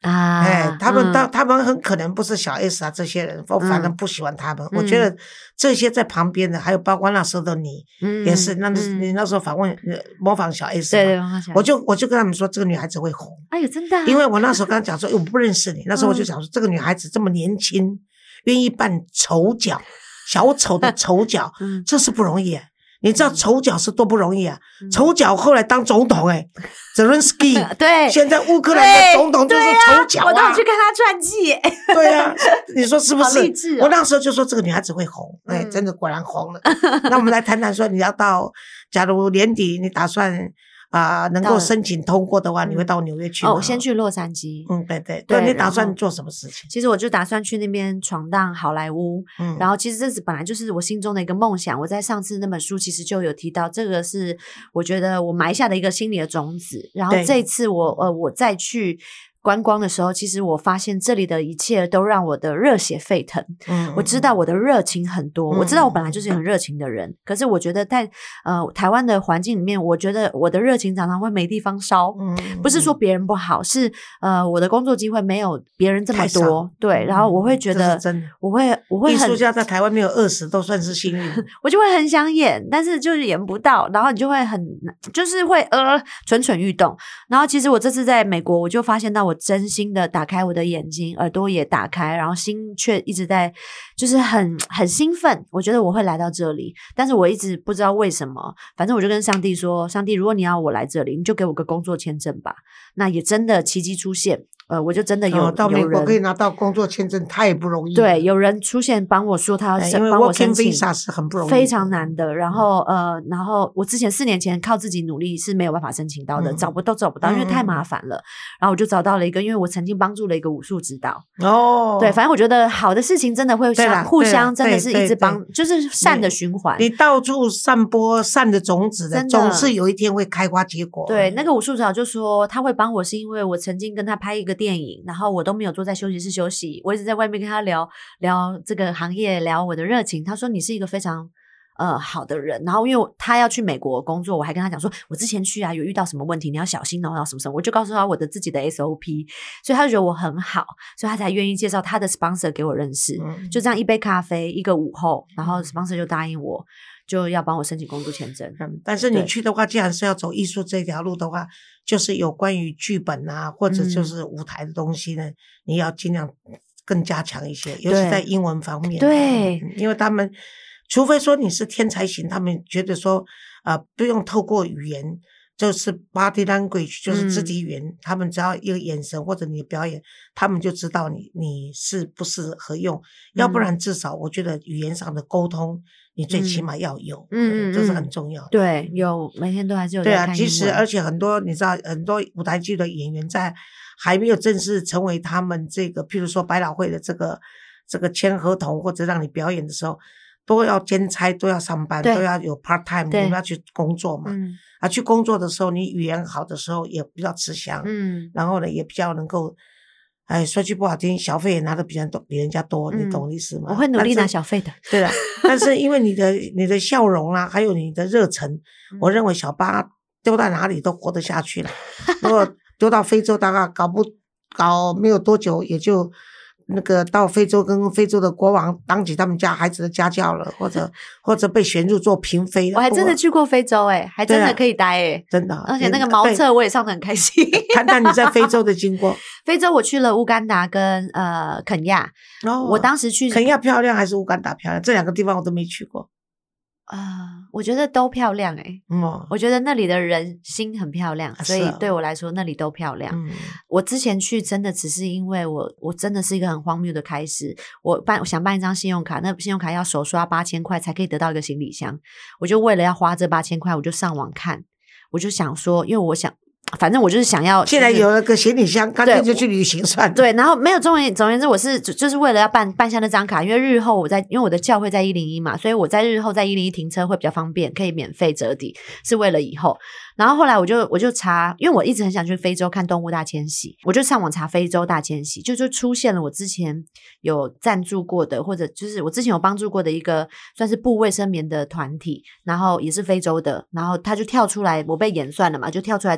Speaker 2: 啊，
Speaker 1: 他们很可能不是小 S 啊这些人，我反正不喜欢他们。我觉得这些在旁边的，还有包括那时候的你，也是，你那时候访问模仿小 S 嘛，
Speaker 2: 对，
Speaker 1: 我就跟他们说，这个女孩子会红。
Speaker 2: 哎呦，真的啊，
Speaker 1: 因为我那时候跟他讲说，我不认识你，那时候我就想说，这个女孩子这么年轻，愿意扮丑角，小丑的丑角，这是不容易啊。你知道丑角是多不容易啊！丑角后来当总统Zelensky
Speaker 2: 对，
Speaker 1: 现在乌克兰的总统就是丑角啊！
Speaker 2: 我都有去看他传记，
Speaker 1: 对啊，你说是不是？
Speaker 2: 好励志哦，
Speaker 1: 我那时候就说这个女孩子会红，真的果然红了。那我们来谈谈说，你要到，假如年底你打算能够申请通过的话，你会到纽约去吗？
Speaker 2: 我先去洛杉矶。
Speaker 1: 对，你打算做什么事情？
Speaker 2: 其实我就打算去那边闯荡好莱坞。然后其实这是本来就是我心中的一个梦想。我在上次那本书其实就有提到，这个是我觉得我埋下的一个心理的种子。然后这一次我再去观光的时候，其实我发现这里的一切都让我的热血沸腾。我知道我的热情很多，我知道我本来就是很热情的人，可是我觉得在台湾的环境里面，我觉得我的热情常常会没地方烧。不是说别人不好，是我的工作机会没有别人这么多。对，然后我会觉得我会
Speaker 1: 艺术家在台湾没有饿死都算是幸运。
Speaker 2: 我就会很想演，但是就是演不到，然后你就会就是会蠢蠢欲动。然后其实我这次在美国，我就发现到我真心的打开我的眼睛，耳朵也打开，然后心却一直在就是很兴奋。我觉得我会来到这里，但是我一直不知道为什么。反正我就跟上帝说，上帝，如果你要我来这里，你就给我个工作签证吧。那也真的奇迹出现。我就真的
Speaker 1: 到美国可以拿到工作签证太不容易了。
Speaker 2: 对，有人出现帮我说他要帮我申请，
Speaker 1: 因为 Working Visa 是很不容易的，
Speaker 2: 非常难的。然后我之前4年前靠自己努力是没有办法申请到的，找不到，因为太麻烦了。然后我就找到了一个，因为我曾经帮助了一个武术指导。对，反正我觉得好的事情真的会互相真的是一直帮，就是善的循环。
Speaker 1: 你到处散播善的种子的，总是有一天会开花结果。
Speaker 2: 对，那个武术指导就说他会帮我，是因为我曾经跟他拍一个电影，然后我都没有坐在休息室休息，我一直在外面跟他聊这个行业，聊我的热情。他说你是一个非常好的人，然后因为他要去美国工作，我还跟他讲说我之前去有遇到什么问题，你要小心哦，要什么，我就告诉他我的自己的 SOP， 所以他就觉得我很好，所以他才愿意介绍他的 sponsor 给我认识。就这样一杯咖啡一个午后，然后 sponsor 就答应我就要帮我申请工作签证。
Speaker 1: 但是你去的话，既然是要走艺术这条路的话，就是有关于剧本啊，或者就是舞台的东西呢，你要尽量更加强一些，尤其在英文方面。
Speaker 2: 对，
Speaker 1: 因为他们除非说你是天才型，他们觉得说不用透过语言，就是 body language， 就是肢体语言，他们只要一个眼神或者你的表演，他们就知道你是不适合用。要不然至少我觉得语言上的沟通你最起码要有。这是很重要的。
Speaker 2: 对，有每天都还是有在看英文。
Speaker 1: 对啊，其实而且很多你知道很多舞台剧的演员在还没有正式成为他们这个譬如说百老汇的这个签合同或者让你表演的时候，都要兼差，都要上班，都要有 part time， 你们要去工作嘛。去工作的时候你语言好的时候也比较吃香。然后呢也比较能够说句不好听，小费也拿得比人家多，你懂我意思吗？
Speaker 2: 我会努力拿小费的。
Speaker 1: 对了，但是因为你的笑容啊，还有你的热忱，我认为小巴丢到哪里都活得下去了。如果丢到非洲，大概搞没有多久，也就那个到非洲跟非洲的国王当起他们家孩子的家教了，或者被选入做嫔妃了。
Speaker 2: 我还真的去过非洲还真的可以待
Speaker 1: 真的。
Speaker 2: 而且那个茅厕我也上得很开心。
Speaker 1: 谈谈你在非洲的经过。
Speaker 2: 非洲我去了乌干达跟肯亚。我当时去
Speaker 1: 肯亚漂亮还是乌干达漂亮？这两个地方我都没去过。
Speaker 2: 我觉得都漂亮我觉得那里的人心很漂亮，所以对我来说那里都漂亮。我之前去真的只是因为我真的是一个很荒谬的开始。我想办一张信用卡，那信用卡要手刷8000块才可以得到一个行李箱。我就为了要花这8000块，我就上网看，我就想说，因为我想反正我就是想要，
Speaker 1: 现在有了个行李箱，干脆就去旅行算了。
Speaker 2: 对，然后没有总而言之，我是就是为了要办下那张卡，因为日后因为我的教会在101嘛，所以我在日后在101停车会比较方便，可以免费折抵，是为了以后。然后后来我就查，因为我一直很想去非洲看动物大迁徙，我就上网查非洲大迁徙，就出现了我之前有赞助过的，或者就是我之前有帮助过的一个算是布卫生棉的团体，然后也是非洲的，然后他就跳出来，我被演算了嘛，就跳出来在我的网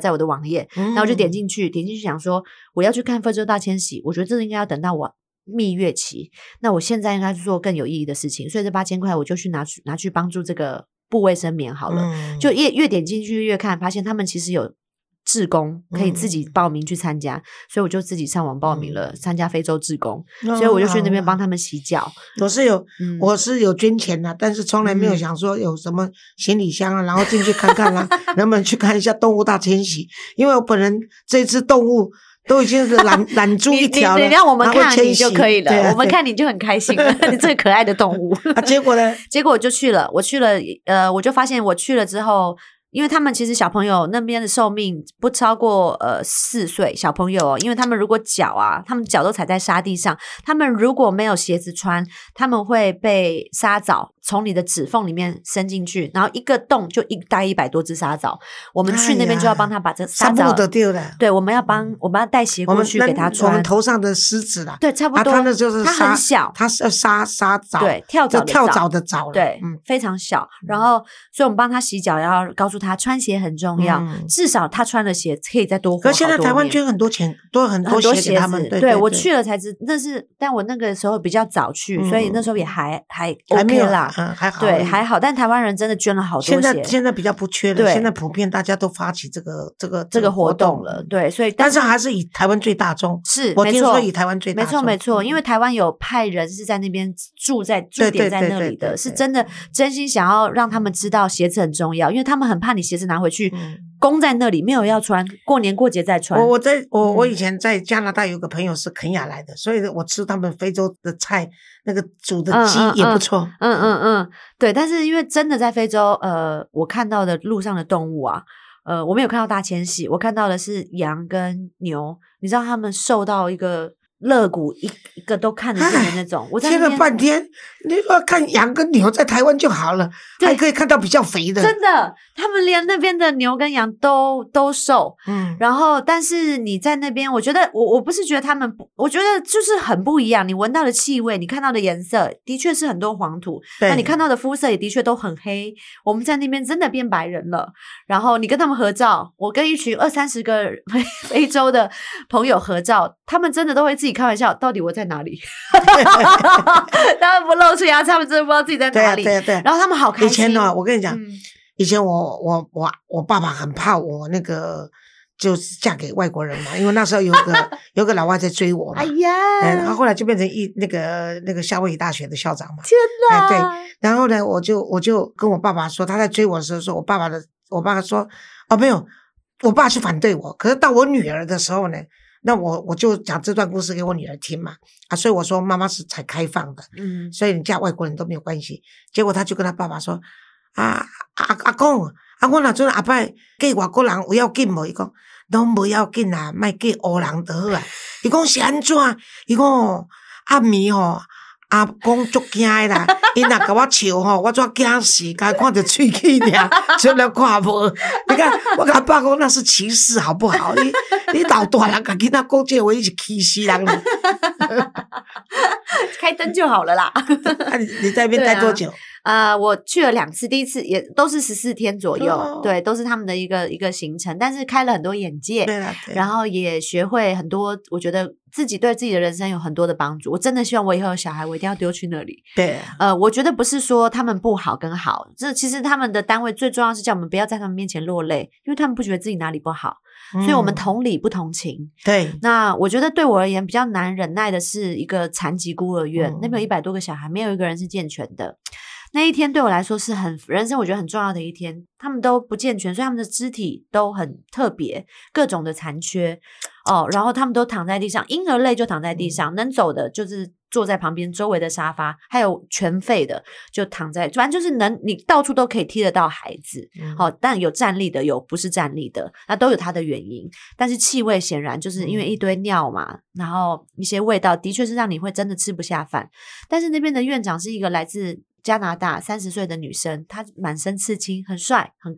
Speaker 2: 页，然后我就点进去想说我要去看非洲大迁徙，我觉得这应该要等到我蜜月期，那我现在应该做更有意义的事情，所以这8000块我就去拿去帮助这个部卫生棉好了，就越点进去越看，发现他们其实有志工可以自己报名去参加，所以我就自己上网报名了参加非洲志工，所以我就去那边帮他们洗脚。
Speaker 1: 我是有捐钱的，但是从来没有想说有什么行李箱啊，然后进去看看啦，能不能去看一下动物大迁徙，因为我本人这只动物都已经是懒猪一条了，
Speaker 2: 你让我们看你就可以了，我们看你就很开心了，你这个可爱的动物。
Speaker 1: 结果呢？
Speaker 2: 结果我就去了，我就发现我去了之后，因为他们其实小朋友那边的寿命不超过4岁小朋友因为他们如果他们脚都踩在沙地上，他们如果没有鞋子穿，他们会被沙藻从你的指缝里面伸进去，然后一个洞就大概100多只沙藻，我们去那边就要帮他把这沙藻对，我们要带鞋过去给他穿，
Speaker 1: 我们头上的虱子啦，
Speaker 2: 对，差不多，
Speaker 1: 他那就是
Speaker 2: 它很小，
Speaker 1: 它是沙藻，
Speaker 2: 对，跳蚤的
Speaker 1: 藻，
Speaker 2: 对，非常小，然后所以我们帮他洗脚，要告诉他穿鞋很重要，至少他穿了鞋可以再多活好多年。可
Speaker 1: 现在台湾捐很多钱，都很多鞋给他们，
Speaker 2: 对，我去了才知，但我那个时候比较早去，所以那时候也还 OK 啦。
Speaker 1: 还好，
Speaker 2: 对，还好，但台湾人真的捐了好多鞋。
Speaker 1: 现在比较不缺了，现在普遍大家都发起这个活动
Speaker 2: 了，对，所以
Speaker 1: 但是还是以台湾最大宗，
Speaker 2: 是
Speaker 1: 我听说以台湾最大宗，
Speaker 2: 没错，因为台湾有派人是在那边驻点在那里的，是真的真心想要让他们知道鞋子很重要，因为他们很怕你鞋子拿回去供在那里没有要穿，过年过节再穿。
Speaker 1: 我以前在加拿大有个朋友是肯亚来的，所以我吃他们非洲的菜，那个煮的鸡也不错。
Speaker 2: 对，但是因为真的在非洲，我看到的路上的动物啊，我没有看到大迁徙，我看到的是羊跟牛，你知道他们瘦到一个肋骨一个都看得见的那种。我
Speaker 1: 贴了半天，你说看羊跟牛在台湾就好了，还可以看到比较肥的。
Speaker 2: 真的，他们连那边的牛跟羊都瘦。然后但是你在那边，我觉得我不是觉得他们不，我觉得就是很不一样。你闻到的气味，你看到的颜色，的确是很多黄土。那你看到的肤色也的确都很黑。我们在那边真的变白人了。然后你跟他们合照，我跟一群20-30个非洲的朋友合照，他们真的都会自己开玩笑，到底我在哪里？他们不露出牙齿，他们真的不知道自己在哪里。
Speaker 1: 对。
Speaker 2: 然后他们好开心。
Speaker 1: 以前呢，我跟你讲，以前我爸爸很怕我那个就是嫁给外国人嘛，因为那时候有个老外在追我嘛。哎呀，然后后来就变成那个夏威夷大学的校长嘛。
Speaker 2: 天哪！
Speaker 1: 对，然后呢，我就跟我爸爸说，他在追我的时候说，我爸爸说没有，我爸去反对我，可是到我女儿的时候呢。那我就讲这段故事给我女儿听嘛，所以我说妈妈是才开放的，所以你嫁外国人都没有关系。结果他就跟他爸爸说，阿公，我若阵阿摆嫁外国人有要紧无？伊讲拢无要紧啦，莫嫁黑人就好啊。伊讲是安怎？伊讲暗暝阿公足惊的啦，伊若甲我笑我怎惊死？甲看到喙齿尔，出来看无。你看，我甲爸讲那是歧视，好不好？你老大人甲囡仔讲这话，你是歧视人了。
Speaker 2: 开灯就好了啦。
Speaker 1: 你在那边待多久？
Speaker 2: 我去了2次，第一次也都是14天左右，对，都是他们的一个行程，但是开了很多眼界，
Speaker 1: 对，
Speaker 2: 然后也学会很多，我觉得自己对自己的人生有很多的帮助。我真的希望我以后有小孩，我一定要丢去那里。
Speaker 1: 对，
Speaker 2: 我觉得不是说他们不好跟好，这其实他们的单位最重要是叫我们不要在他们面前落泪，因为他们不觉得自己哪里不好。所以我们同理不同情。
Speaker 1: 对，
Speaker 2: 那我觉得对我而言比较难忍耐的是一个残疾孤儿院，那边有100多个小孩，没有一个人是健全的。那一天对我来说是人生我觉得很重要的一天，他们都不健全，所以他们的肢体都很特别，各种的残缺然后他们都躺在地上，婴儿类就躺在地上，能走的就是坐在旁边周围的沙发，还有全废的就躺在，反正就是你到处都可以踢得到孩子。但有站立的，有不是站立的，那都有它的原因。但是气味显然就是因为一堆尿嘛，然后一些味道的确是让你会真的吃不下饭。但是那边的院长是一个来自加拿大30岁的女生，她满身刺青，很帅很高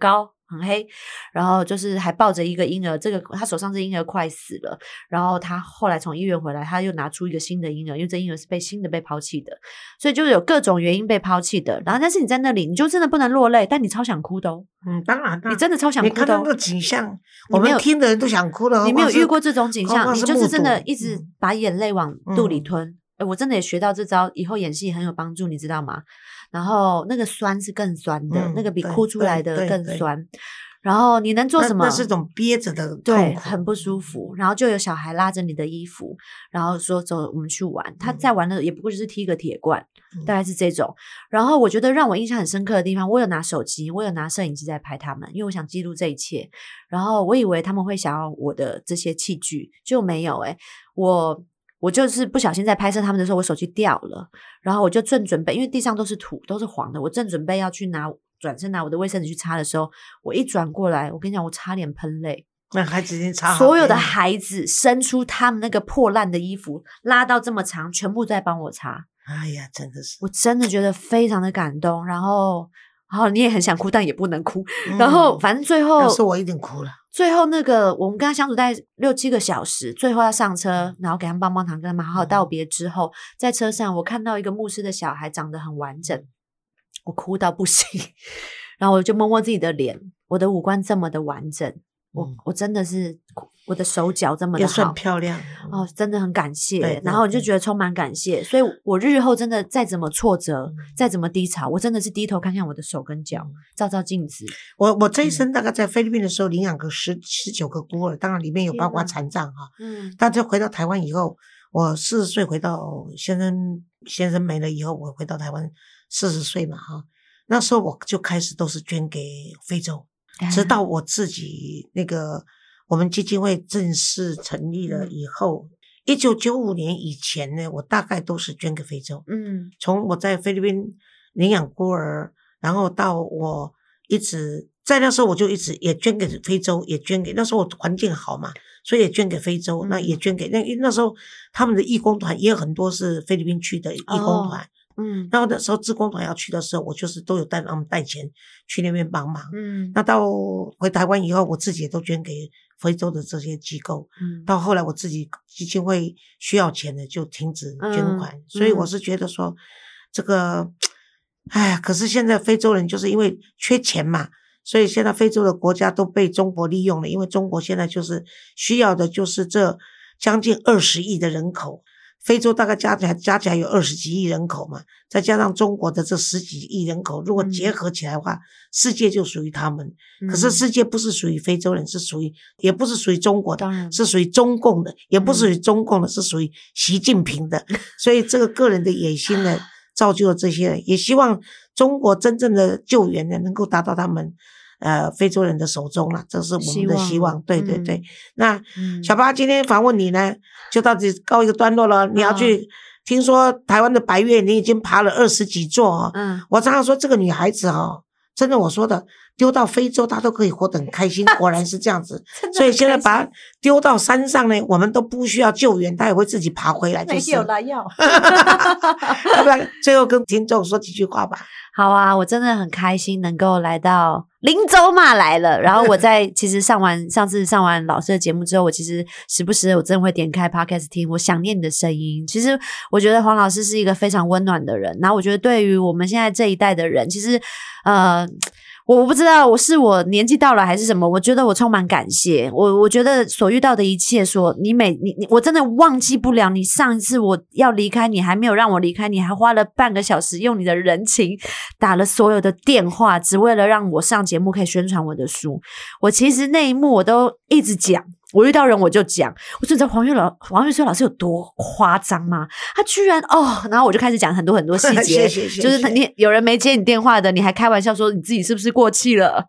Speaker 2: 很黑，然后就是还抱着一个婴儿，这个他手上这婴儿快死了，然后他后来从医院回来，他又拿出一个新的婴儿，因为这婴儿是新的被抛弃的，所以就是有各种原因被抛弃的。然后但是你在那里，你就真的不能落泪，但你超想哭的哦。
Speaker 1: 当然
Speaker 2: 你真的超想哭的哦。
Speaker 1: 你看到那个景象，我们听的人都想哭了。
Speaker 2: 你没有遇过这种景象，你就是真的一直
Speaker 1: 嗯
Speaker 2: 把眼泪往肚里吞。我真的也学到这招，以后演戏很有帮助，你知道吗？然后那个酸是更酸的，那个比哭出来的更酸。然后你能做什么？
Speaker 1: 那是一种憋着的痛苦，
Speaker 2: 对，很不舒服。然后就有小孩拉着你的衣服，然后说走，我们去玩。他在玩的也不过就是踢个铁罐，大概是这种。然后我觉得让我印象很深刻的地方，我有拿手机，我有拿摄影机在拍他们，因为我想记录这一切。然后我以为他们会想要我的这些器具，就没有我就是不小心在拍摄他们的时候，我手机掉了，然后我就正准备，因为地上都是土，都是黄的，我正准备要去转身拿我的卫生纸去擦的时候，我一转过来，我跟你讲，我差点喷泪。
Speaker 1: 那孩子已经擦好，
Speaker 2: 所有的孩子伸出他们那个破烂的衣服，拉到这么长，全部在帮我擦。
Speaker 1: 哎呀，真的是，
Speaker 2: 我真的觉得非常的感动。然后你也很想哭，但也不能哭。然后反正最后，
Speaker 1: 要是我一定哭了。
Speaker 2: 最后那个我们跟他相处大概6-7个小时，最后要上车，然后给他们棒棒糖，跟他们好好道别之后，在车上我看到一个牧师的小孩长得很完整，我哭到不行，然后我就摸摸自己的脸，我的五官这么的完整，我真的是我的手脚这么的好，
Speaker 1: 也算漂亮
Speaker 2: 哦，真的很感谢。
Speaker 1: 对，
Speaker 2: 然后你就觉得充满感谢，所以我日后真的再怎么挫折，再怎么低潮，我真的是低头看看我的手跟脚，照照镜子。
Speaker 1: 我这一生大概在菲律宾的时候领养个19个孤儿，当然里面有包括残障哈。但就回到台湾以后，我40岁回到先生没了以后，我回到台湾40岁嘛哈。那时候我就开始都是捐给非洲，直到我自己我们基金会正式成立了以后，1995年以前呢，我大概都是捐给非洲。从我在菲律宾领养孤儿，然后到我一直在那时候我就一直也捐给非洲，也捐给那时候我环境好嘛，所以也捐给非洲，那也捐给那时候他们的义工团也有很多是菲律宾去的义工团。然后那时候志工团要去的时候，我就是都有带他们带钱去那边帮忙。那到回台湾以后，我自己也都捐给非洲的这些机构。到后来我自己基金会需要钱的就停止捐款。所以我是觉得说这个可是现在非洲人就是因为缺钱嘛，所以现在非洲的国家都被中国利用了，因为中国现在就是需要的就是这将近20亿的人口。非洲大概加起来有20几亿人口嘛，再加上中国的这10几亿人口，如果结合起来的话，世界就属于他们。可是世界不是属于非洲人，也不是属于中国的，是属于中共的，也不是属于中共的，是属于习近平的。所以这个个人的野心呢，造就了这些人，也希望中国真正的救援呢，能够达到他们非洲人的手中了，这是我们的希望。对对对。那小八今天访问你呢，就到这告一个段落了。你要去听说台湾的白月你已经爬了20几座我常常说这个女孩子真的我说的丢到非洲她都可以活得很开心，果然是这样子。所以现在把她丢到山上呢，我们都不需要救援，她也会自己爬回来。就是
Speaker 2: 没有啦，要
Speaker 1: 要不然最后跟听众说几句话吧。
Speaker 2: 好啊，我真的很开心能够来到林州嘛来了。然后我其实上次上完老师的节目之后，我其实时不时我真的会点开 podcast 听，我想念你的声音。其实我觉得黄老师是一个非常温暖的人，然后我觉得对于我们现在这一代的人，其实我不知道是我年纪到了还是什么，我觉得我充满感谢。我觉得所遇到的一切，我真的忘记不了你上一次我要离开你还没有让我离开，你还花了半个小时用你的人情打了所有的电话，只为了让我上节目可以宣传我的书。我其实那一幕我都一直讲，我遇到人我就讲，我说你知道黄岳绥老师有多夸张吗？他居然然后我就开始讲很多很多细节，就是你有人没接你电话的，你还开玩笑说你自己是不是过气了？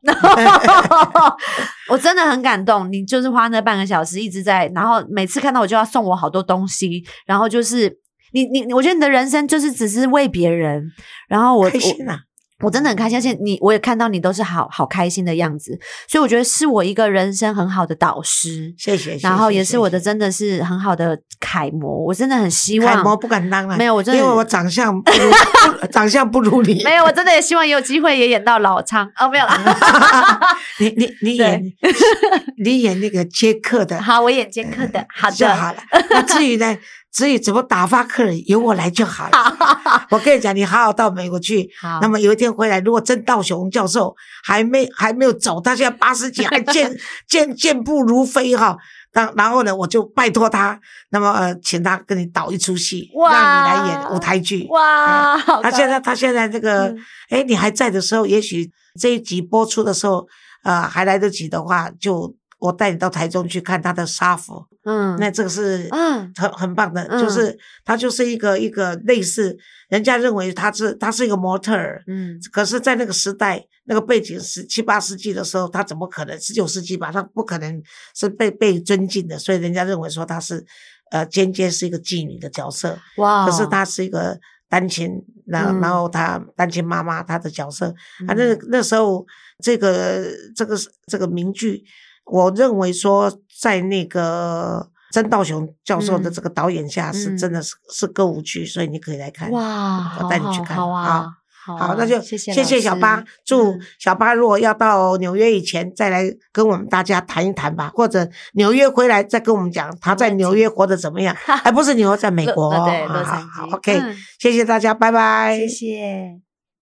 Speaker 2: 我真的很感动，你就是花那半个小时一直在，然后每次看到我就要送我好多东西，然后就是我觉得你的人生就是只是为别人，然后
Speaker 1: 开心啊。
Speaker 2: 我真的很开心，而且我也看到你都是好开心的样子，所以我觉得是我一个人生很好的导师。
Speaker 1: 谢谢。
Speaker 2: 然后也是我的真的是很好的楷模，我真的很希望。
Speaker 1: 楷模不敢当了，
Speaker 2: 没有，我真的
Speaker 1: 因为我长相不如你。
Speaker 2: 没有，我真的也希望有机会也演到老苍哦，没有啦。
Speaker 1: 你演那个接客的，
Speaker 2: 好，我演接客的，好的
Speaker 1: 就好了。那至于怎么打发客人，由我来就好了。我跟你讲，你好好到美国去，那么有一天回来，如果曾道雄教授还没有走，他现在80几，还健步如飞哈。然后呢，我就拜托他，那么请他跟你导一出戏，让你来演舞台剧。
Speaker 2: 哇，
Speaker 1: 他现在这个，你还在的时候，也许这一集播出的时候，还来得及的话，就我带你到台中去看他的沙府。那这个是很棒的，就是他就是一个类似，人家认为他是一个模特儿，可是在那个时代那个背景是7、8世纪的时候，他怎么可能19世纪吧，他不可能是被尊敬的，所以人家认为说他是间接是一个妓女的角色。哇！可是他是一个单亲，然后他单亲妈妈他的角色，那时候这个名剧。我认为说，在那个曾道雄教授的这个导演下，是真的是歌舞剧，所以你可以来看。
Speaker 2: 哇，
Speaker 1: 我带你去看。
Speaker 2: 好啊，
Speaker 1: 好，那就谢谢小八。祝小八如果要到纽约以前，再来跟我们大家谈一谈吧，或者纽约回来再跟我们讲他在纽约活得怎么样，还不是纽约，在美国。
Speaker 2: 对，洛杉矶。
Speaker 1: 好 ，OK，谢谢大家，拜拜。
Speaker 2: 谢谢。